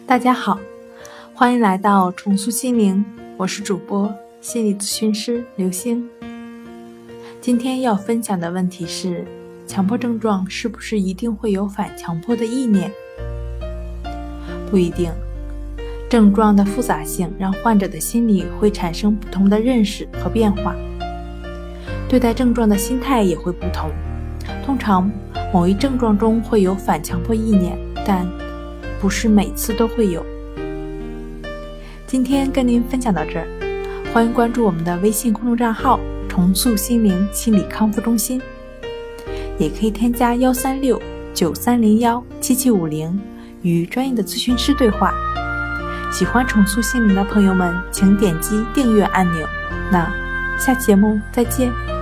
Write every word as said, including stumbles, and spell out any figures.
大家好，欢迎来到重塑心灵，我是主播心理咨询师刘星。今天要分享的问题是，强迫症状是不是一定会有反强迫的意念？不一定，症状的复杂性让患者的心理会产生不同的认识和变化，对待症状的心态也会不同。通常某一症状中会有反强迫意念，但不是每次都会有。今天跟您分享到这儿，欢迎关注我们的微信公众账号重塑心灵心理康复中心，也可以添加一三六九三零一七七五零与专业的咨询师对话。喜欢重塑心灵的朋友们，请点击订阅按钮。那下期节目再见。